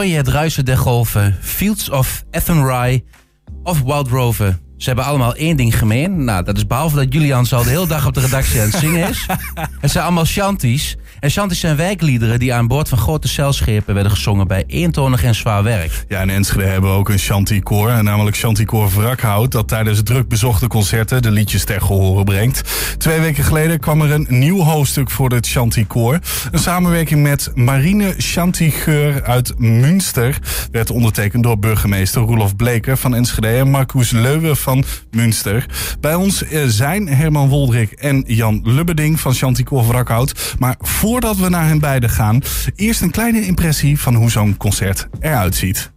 hoor je het ruisen der golven, Fields of Athenry of Wild Rover. Ze hebben allemaal één ding gemeen. Nou, dat is behalve dat Julian zo de hele dag op de redactie aan het zingen is. Het zijn allemaal shanties. En shanties zijn wijkliederen die aan boord van grote zeilschepen werden gezongen bij eentonig en zwaar werk. Ja, in Enschede hebben we ook een shantykoor, namelijk Shantykoor Wrakhout, dat tijdens druk bezochte concerten de liedjes ter gehore brengt. 2 weken geleden kwam er een nieuw hoofdstuk voor het shantykoor. Een samenwerking met Marine Chantigeur uit Münster werd ondertekend door burgemeester Roelof Bleker van Enschede en Marcus Leuwe van Münster. Bij ons zijn Herman Woldrik en Jan Lubberding van Shantykoor Wrakhout. Maar voordat we naar hen beiden gaan, eerst een kleine impressie van hoe zo'n concert eruit ziet.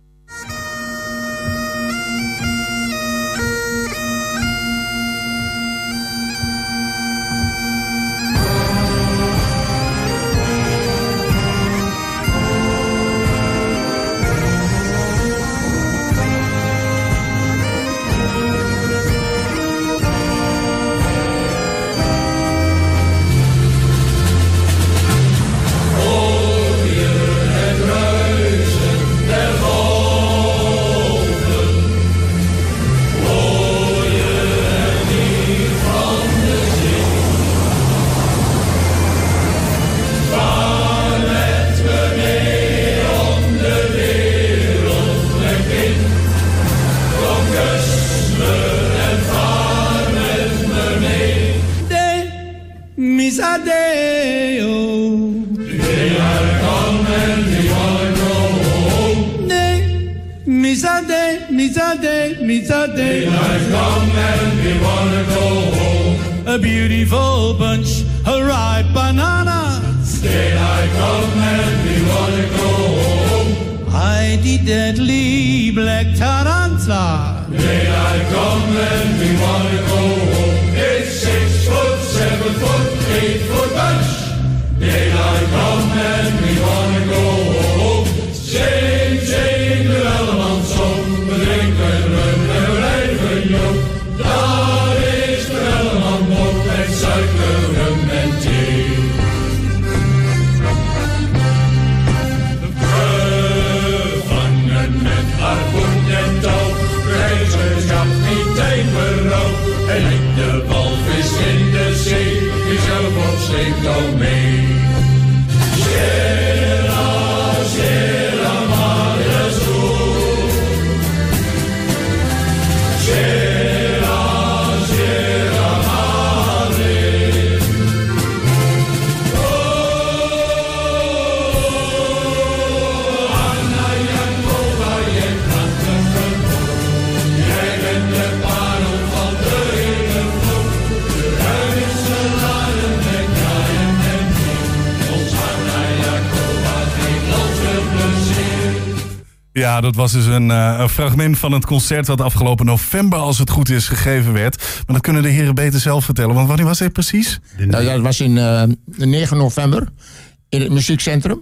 Daylight come and we wanna go home. A beautiful bunch of ripe bananas. Daylight come and we wanna go home. I the deadly black tarantula. Daylight come and we wanna go home. It's 6 foot, 7 foot, 8 foot bunch. Daylight come and we wanna go home. Zing, zing, de welleman song. We drinken rum en we blijven jong. Daar is de welleman mok met suiker, rum en thee. Gevangen met harpoen en touw. Reizigerskapitein berouw. En ik de walvis in de zee. Die zelf op sleept al mee. Ja, dat was dus een fragment van het concert dat afgelopen november, als het goed is, gegeven werd. Maar dat kunnen de heren beter zelf vertellen. Want wanneer was dit precies? Nou, dat was in 9 november in het muziekcentrum.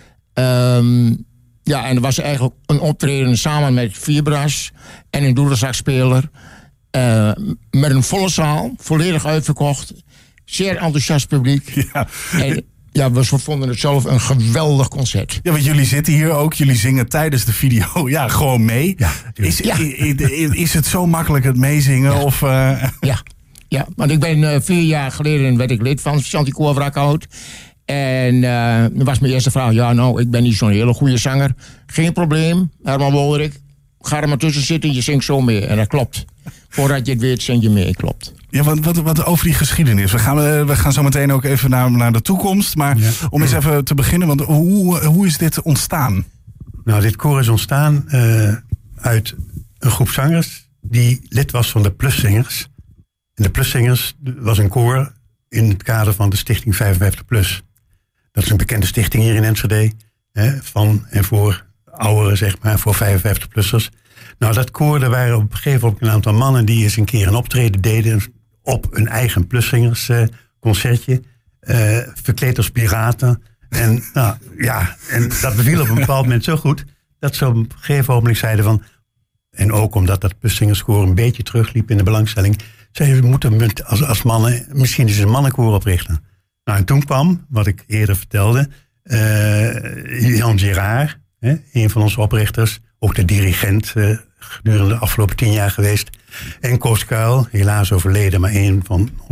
Ja, en er was eigenlijk een optreden samen met Vibras en een doedelzakspeler. Met een volle zaal, volledig uitverkocht. Zeer enthousiast publiek. Ja. En, ja, we vonden het zelf een geweldig concert. Ja, want jullie zitten hier ook. Jullie zingen tijdens de video gewoon mee. Ja, is het zo makkelijk het meezingen? Ja. Of, ja, want ik ben 4 jaar geleden werd ik lid van Shantykoor Wrakhout. En dan was mijn eerste vraag. Ja, nou, ik ben niet zo'n hele goede zanger. Geen probleem, Herman Woldrik. Ga er maar tussen zitten, je zingt zo mee. En dat klopt. Voordat je het weet, zing je mee, klopt. Ja, wat over die geschiedenis. We gaan zo meteen ook even naar de toekomst. Maar om eens even te beginnen, want hoe is dit ontstaan? Nou, dit koor is ontstaan uit een groep zangers die lid was van de Pluszingers. En de Pluszingers was een koor in het kader van de stichting 55+. Dat is een bekende stichting hier in Enschede. Van en voor ouderen, zeg maar, voor 55-plussers. Nou, dat koor, daar waren op een gegeven moment een aantal mannen die eens een keer een optreden deden op een eigen Pluszingers concertje. Verkleed als piraten. En, nou, ja, en dat beviel op een bepaald moment zo goed dat ze op een gegeven moment zeiden van, en ook omdat dat Pluszingers-koor een beetje terugliep in de belangstelling, zeiden we moeten als mannen misschien eens een mannenkoor oprichten. Nou, en toen kwam, wat ik eerder vertelde, Jan Gerard hè, een van onze oprichters. Ook de dirigent gedurende de afgelopen 10 jaar geweest. En Koos Kuil, helaas overleden, maar ook een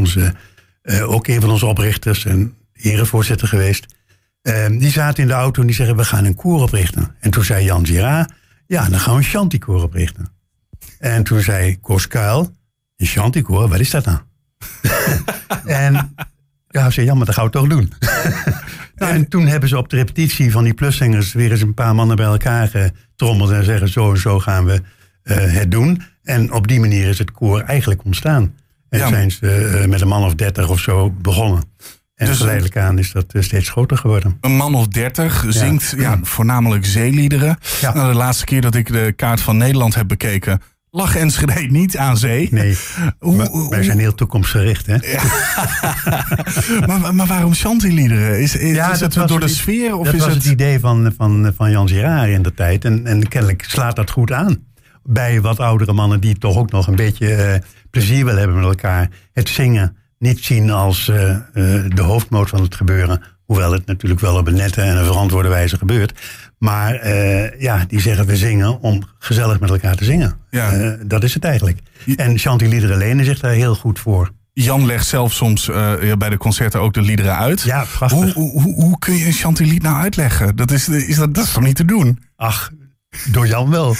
van onze oprichters en erevoorzitter geweest. Die zaten in de auto en die zeggen, we gaan een koor oprichten. En toen zei Jan Girard, ja, dan gaan we een chanticoor oprichten. En toen zei Koos Kuil, een chanticoor, wat is dat dan? En ja, zei, ja, maar dat gaan we toch doen. En toen hebben ze op de repetitie van die pluszingers weer eens een paar mannen bij elkaar getrommeld en zeggen, zo en zo gaan we het doen. En op die manier is het koor eigenlijk ontstaan. En zijn ze met een man of 30 of zo begonnen. En dus geleidelijk aan is dat steeds groter geworden. Een man of 30 zingt voornamelijk zeeliederen. Ja. Nou, de laatste keer dat ik de kaart van Nederland heb bekeken, lag Enschede niet aan zee. Nee, wij zijn heel toekomstgericht, hè? Ja. maar waarom chantieliederen? Is het door de sfeer? Of dat is was het idee van Jan Girard in de tijd. En kennelijk slaat dat goed aan. Bij wat oudere mannen die toch ook nog een beetje plezier willen hebben met elkaar. Het zingen niet zien als de hoofdmoot van het gebeuren. Hoewel het natuurlijk wel op een nette en een verantwoorde wijze gebeurt. Maar die zeggen we zingen om gezellig met elkaar te zingen. Ja. Dat is het eigenlijk. En chantieliederen lenen zich daar heel goed voor. Jan legt zelf soms bij de concerten ook de liederen uit. Ja, prachtig. Hoe kun je een chantielied nou uitleggen? Dat is toch niet te doen? Ach, door Jan wel.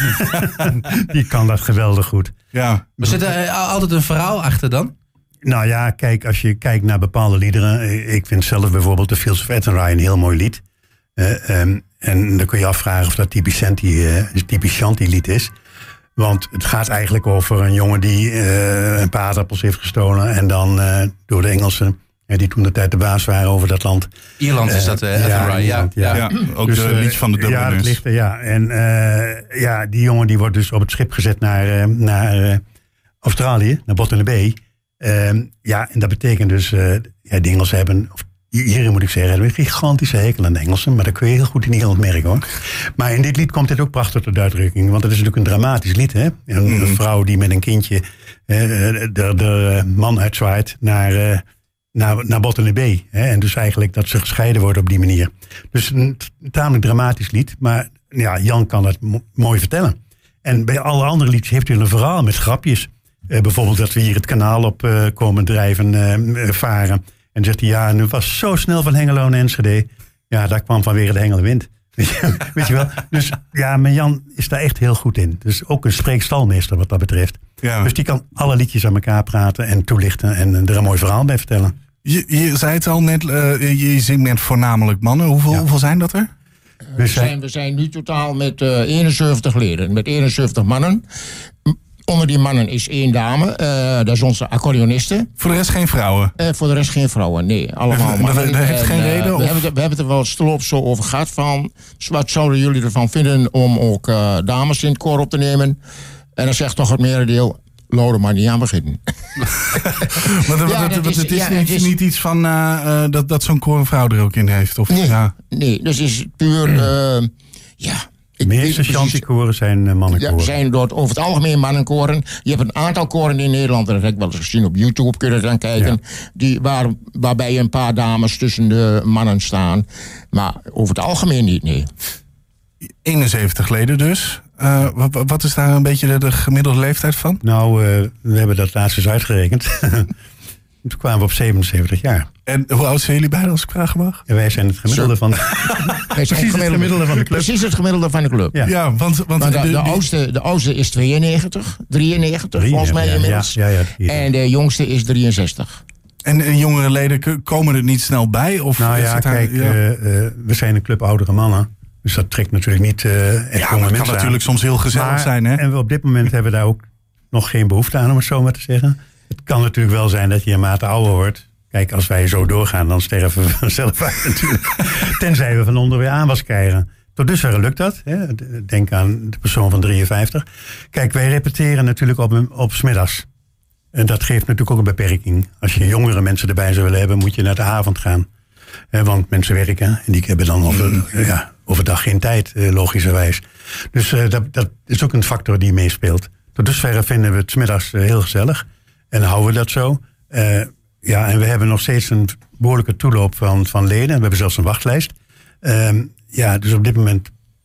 Die kan dat geweldig goed. Ja. Maar zit er altijd een verhaal achter dan? Nou ja, kijk, als je kijkt naar bepaalde liederen. Ik vind zelf bijvoorbeeld The Fields of Athenry een heel mooi lied. En dan kun je afvragen of dat typisch chantielied is. Want het gaat eigenlijk over een jongen die een paar aardappels heeft gestolen. En dan door de Engelsen, die toen de tijd de baas waren over dat land. Ierland is dat, Athenry, ja. Ook dus, de lied van de Dubliners. Ja, dat ligt er, ja. En die jongen die wordt dus op het schip gezet naar Australië, naar Botany Bay. En dat betekent dus, de Engelsen hebben, hier moet ik zeggen, een gigantische hekel aan de Engelsen. Maar dat kun je heel goed in Nederland merken, hoor. Maar in dit lied komt dit ook prachtig tot uitdrukking. Want het is natuurlijk een dramatisch lied, hè. Een vrouw die met een kindje de man uitzwaait naar Botany Bay. Hè? En dus eigenlijk dat ze gescheiden worden op die manier. Dus een tamelijk dramatisch lied. Maar ja, Jan kan dat mooi vertellen. En bij alle andere liedjes heeft hij een verhaal met grapjes. Bijvoorbeeld dat we hier het kanaal op komen drijven, varen. En zegt hij, ja, en het was zo snel van Hengelo naar Enschede. Ja, daar kwam vanwege de Hengelenwind. Weet je wel? Dus ja, maar Jan is daar echt heel goed in. Dus ook een spreekstalmeester wat dat betreft. Ja. Dus die kan alle liedjes aan elkaar praten en toelichten en er een mooi verhaal bij vertellen. Je zei het al net, je zingt met voornamelijk mannen. Hoeveel zijn dat er? We zijn nu totaal met 71 leden, met 71 mannen. Onder die mannen is 1 dame, dat is onze accordeoniste. Voor de rest geen vrouwen? Voor de rest geen vrouwen, nee. Allemaal mannen. Dat heeft geen reden? We hebben het er wel stilop zo over gehad van, wat zouden jullie ervan vinden om ook dames in het koor op te nemen? En dan zegt toch het merendeel, Lode maar niet aan beginnen. Het is niet iets van dat zo'n koor een vrouw er ook in heeft? Of, nee, dus is puur, de meeste chanticoren zijn mannenkoren. Ja, zijn over het algemeen mannenkoren. Je hebt een aantal koren in Nederland, dat heb ik wel eens gezien op YouTube, kun je dan kijken. Ja. Waarbij een paar dames tussen de mannen staan. Maar over het algemeen niet, nee. 71 leden dus. Wat is daar een beetje de gemiddelde leeftijd van? Nou, we hebben dat laatst eens uitgerekend. Toen kwamen we op 77 jaar. En hoe oud zijn jullie beiden, als ik vragen mag? Ja, wij zijn het gemiddelde van het gemiddelde van de club. Precies het gemiddelde van de club. Ja, want de oudste is 93, volgens mij inmiddels. Ja, en de jongste is 63. En jongere leden komen er niet snel bij? Of nou ja, kijk, we zijn een club oudere mannen. Dus dat trekt natuurlijk niet echt jonge mensen aan. Het kan natuurlijk soms heel gezellig zijn. Hè? En we op dit moment hebben we daar ook nog geen behoefte aan, om het zo maar te zeggen. Het kan natuurlijk wel zijn dat je een mate ouder wordt. Kijk, als wij zo doorgaan, dan sterven we vanzelf uit natuurlijk. Tenzij we van onder weer aanwas krijgen. Tot dusver lukt dat. Hè. Denk aan de persoon van 53. Kijk, wij repeteren natuurlijk op 's middags. En dat geeft natuurlijk ook een beperking. Als je jongere mensen erbij zou willen hebben, moet je naar de avond gaan. Want mensen werken en die hebben dan overdag geen tijd, logischerwijs. Dus dat is ook een factor die meespeelt. Tot dusver vinden we het 's middags heel gezellig. En houden we dat zo. En we hebben nog steeds een behoorlijke toeloop van leden. We hebben zelfs een wachtlijst. Dus op dit moment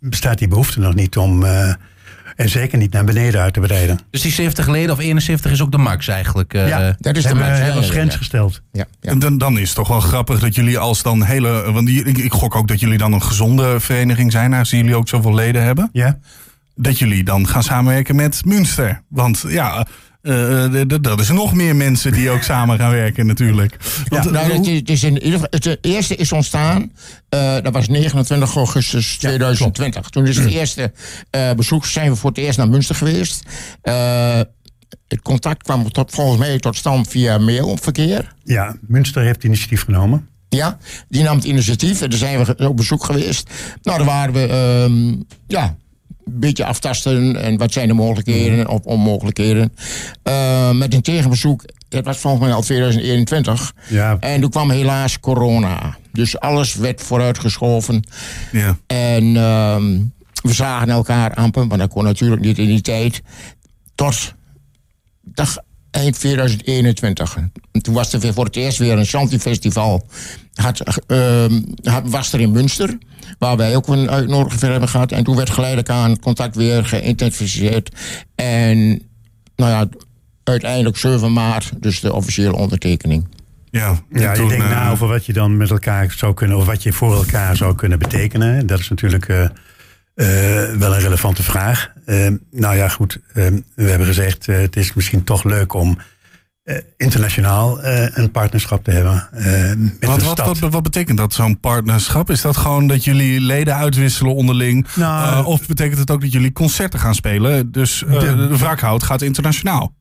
bestaat die behoefte nog niet om... en zeker niet naar beneden uit te breiden. Dus die 70 leden of 71 is ook de max eigenlijk? Ja, dat is de max. hebben we als grens gesteld. Ja. En dan is het toch wel grappig dat jullie als dan hele... Want ik gok ook dat jullie dan een gezonde vereniging zijn... als jullie ook zoveel leden hebben. Ja. Dat jullie dan gaan samenwerken met Münster. Want ja... dat is nog meer mensen die ook samen gaan werken natuurlijk. Want, het eerste is ontstaan, dat was 29 augustus 2020. Toen is het eerste bezoek, zijn we voor het eerst naar Münster geweest. Het contact kwam volgens mij tot stand via mailverkeer. Ja, Münster heeft initiatief genomen. Ja, die nam het initiatief en daar zijn we op bezoek geweest. Nou, daar waren we, een beetje aftasten en wat zijn de mogelijkheden of onmogelijkheden. Met een tegenbezoek, dat was volgens mij al 2021. Ja. En toen kwam helaas corona. Dus alles werd vooruitgeschoven. Ja. En we zagen elkaar amper, maar dat kon natuurlijk niet in die tijd. Tot eind 2021. En toen was er weer voor het eerst weer een Shanty-festival. Was er in Münster, waar wij ook een uitnodiging voor hebben gehad. En toen werd geleidelijk aan het contact weer geïntensiveerd. En uiteindelijk 7 maart, dus de officiële ondertekening. Ja, je denkt na over wat je dan met elkaar zou kunnen... of wat je voor elkaar zou kunnen betekenen. Dat is natuurlijk wel een relevante vraag. Goed, we hebben gezegd... het is misschien toch leuk om internationaal een partnerschap te hebben met een stad. Wat betekent dat, zo'n partnerschap? Is dat gewoon dat jullie leden uitwisselen onderling? Of betekent het ook dat jullie concerten gaan spelen? Dus de Wrakhout gaat internationaal?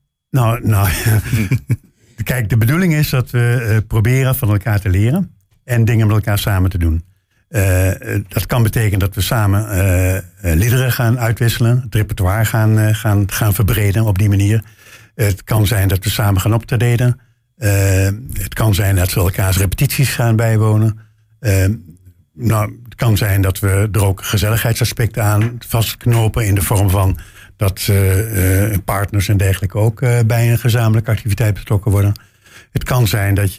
Kijk, de bedoeling is dat we proberen van elkaar te leren en dingen met elkaar samen te doen. Dat kan betekenen dat we samen liederen gaan uitwisselen, het repertoire gaan verbreden op die manier. Het kan zijn dat we samen gaan optreden. Het kan zijn dat we elkaars repetities gaan bijwonen. Het kan zijn dat we er ook gezelligheidsaspecten aan vastknopen in de vorm van dat partners en dergelijke ook bij een gezamenlijke activiteit betrokken worden. Het kan zijn dat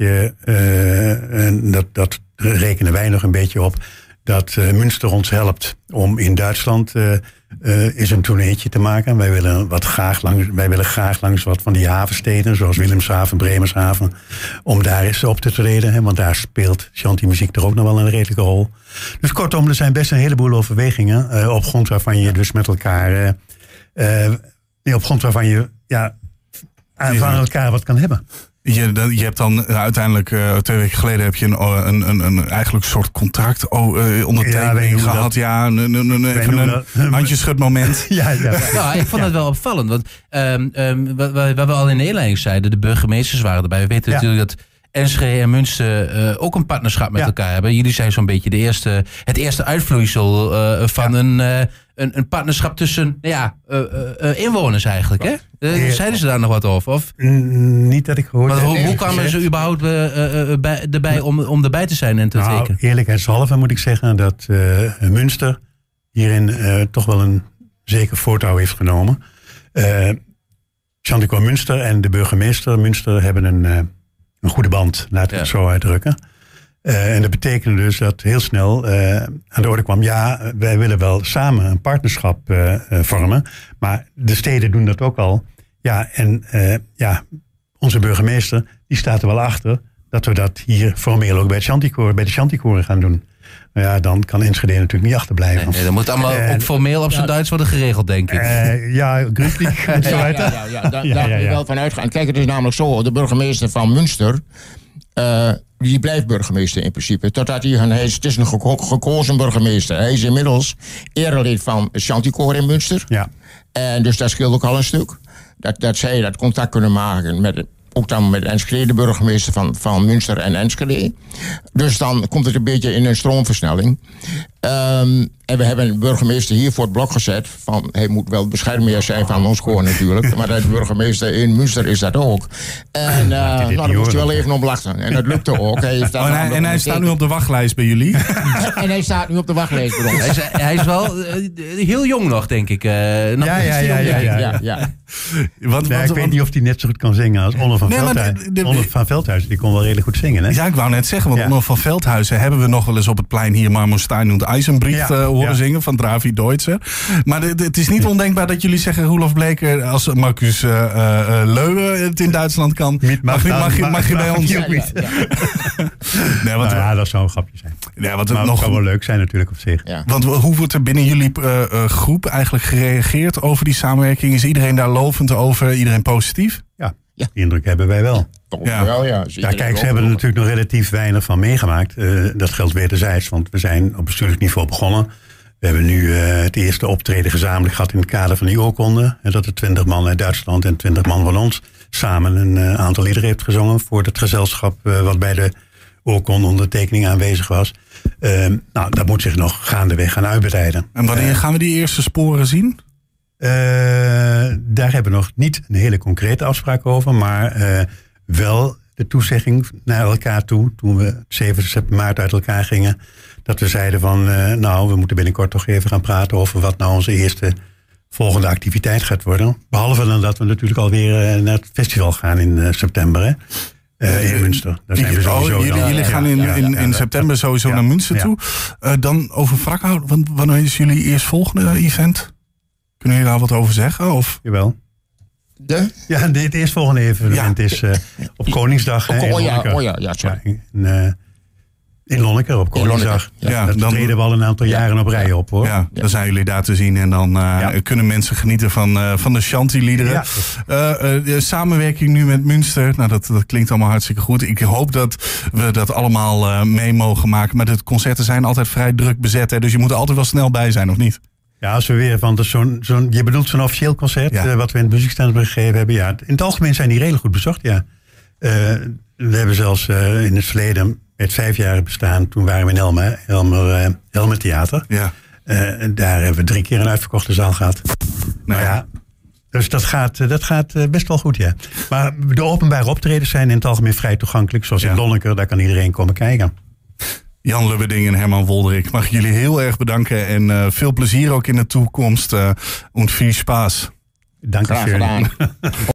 dat rekenen wij nog een beetje op, dat Münster ons helpt om in Duitsland is een tourneetje te maken. Wij willen graag langs wat van die havensteden, zoals Wilhelmshaven, Bremershaven, om daar eens op te treden. Hè, want daar speelt Shanty-muziek er ook nog wel een redelijke rol. Dus kortom, er zijn best een heleboel overwegingen op grond waarvan je dus met elkaar op grond waarvan je van elkaar wat kan hebben. Je hebt dan uiteindelijk 2 weken geleden heb je een eigenlijk soort contract ondertekening gehad. Ja, een handjeschudmoment. Ja, ik vond het wel opvallend. Want wat we al in de inleiding zeiden, de burgemeesters waren erbij. We weten natuurlijk dat Enschede en Münster ook een partnerschap met elkaar hebben. Jullie zijn zo'n beetje het eerste uitvloeisel van een partnerschap tussen inwoners eigenlijk. Hè? Zeiden ze daar nog wat over? Of? Niet dat ik gehoord heb. Hoe kwamen ze überhaupt erbij om erbij te zijn en te tekenen? Eerlijkheidshalve moet ik zeggen dat Münster hierin toch wel een zeker voortouw heeft genomen. Shanty-koor Münster en de burgemeester Münster hebben een goede band, laten we het zo uitdrukken. En dat betekende dus dat heel snel aan de orde kwam... wij willen wel samen een partnerschap vormen... maar de steden doen dat ook al. Onze burgemeester die staat er wel achter... dat we dat hier formeel ook bij de Shanty-koren gaan doen. Dan kan Enschede natuurlijk niet achterblijven. Nee, dat moet allemaal ook formeel op zijn Duits worden geregeld, denk ik. Gründlich en zo weiter. Daar moet je wel van uitgaan. Kijk, het is namelijk zo, de burgemeester van Münster... die blijft burgemeester in principe. Totdat het is een gekozen burgemeester. Hij is inmiddels erelid van Shanty-koor in Münster. Ja. En dus dat scheelt ook al een stuk. Dat zij dat contact kunnen maken ook dan met Enschede, de burgemeester van Münster en Enschede. Dus dan komt het een beetje in een stroomversnelling. En we hebben een burgemeester hier voor het blok gezet. Hij moet wel beschermheer zijn van ons koor natuurlijk. Maar de burgemeester in Münster is dat ook. En daar moest hij wel even om lachen. En dat lukte ook. Hij staat nu op de wachtlijst bij jullie. En hij staat nu op de wachtlijst bij ons. Hij is wel heel jong nog, denk ik. Ja. Ik weet niet of hij net zo goed kan zingen als Onno van Veldhuizen. Onno van Veldhuizen, die kon wel redelijk goed zingen. Hè? Ja, ik wou net zeggen, want Onno van Veldhuizen hebben we nog wel eens op het plein hier Marmorstein Eisenbricht horen zingen van Dravi Deutscher. Maar het is niet ondenkbaar dat jullie zeggen... Roelof Bleker, als Marcus Leuwe het in Duitsland kan... Mag je bij ons? Nee, dat zou een grapje zijn. Ja, maar het kan wel leuk zijn natuurlijk op zich. Ja. Want hoe wordt er binnen jullie groep eigenlijk gereageerd over die samenwerking? Is iedereen daar lovend over? Iedereen positief? Ja. Die indruk hebben wij wel. Ja, Kijk, ze hebben er natuurlijk nog relatief weinig van meegemaakt. Dat geldt wederzijds, want we zijn op bestuurlijk niveau begonnen. We hebben nu het eerste optreden gezamenlijk gehad in het kader van die oorkonde. Dat er 20 man uit Duitsland en 20 man van ons samen een aantal liederen heeft gezongen voor het gezelschap wat bij de oorkonde-ondertekening aanwezig was. Dat moet zich nog gaandeweg gaan uitbreiden. En wanneer gaan we die eerste sporen zien? Daar hebben we nog niet een hele concrete afspraak over, maar wel de toezegging naar elkaar toe, toen we 7 maart uit elkaar gingen, dat we zeiden van, we moeten binnenkort toch even gaan praten over wat nou onze eerste volgende activiteit gaat worden. Behalve dan dat we natuurlijk alweer naar het festival gaan in september, hè? In Münster. Daar zijn we sowieso jullie gaan in september sowieso naar Münster toe. Dan over Wrakhout, want wanneer is jullie eerst volgende event? Kunnen jullie daar wat over zeggen? Of? Jawel. Ja, het eerstvolgende evenement is op Koningsdag. In Lonneker op Koningsdag. Dat treden we al een aantal jaren op rij op, hoor. Ja, dan zijn jullie daar te zien en dan kunnen mensen genieten van de Shanty-liederen. De samenwerking nu met Münster, dat klinkt allemaal hartstikke goed. Ik hoop dat we dat allemaal mee mogen maken. Maar de concerten zijn altijd vrij druk bezet, hè, dus je moet er altijd wel snel bij zijn, of niet? Ja, als we weer, want je bedoelt zo'n officieel concert, wat we in het muziekstandard gegeven hebben. Ja, in het algemeen zijn die redelijk goed bezocht, ja. We hebben zelfs in het verleden, het 5-jarig bestaan, toen waren we in Elmer Theater. Ja. Daar hebben we 3 keer een uitverkochte zaal gehad. Dus dat gaat best wel goed, ja. Maar de openbare optredens zijn in het algemeen vrij toegankelijk. Zoals in Lonneker, daar kan iedereen komen kijken. Jan Lubberding en Herman Wolderik, mag ik jullie heel erg bedanken. En veel plezier ook in de toekomst. Und viel Spaß. Dank je.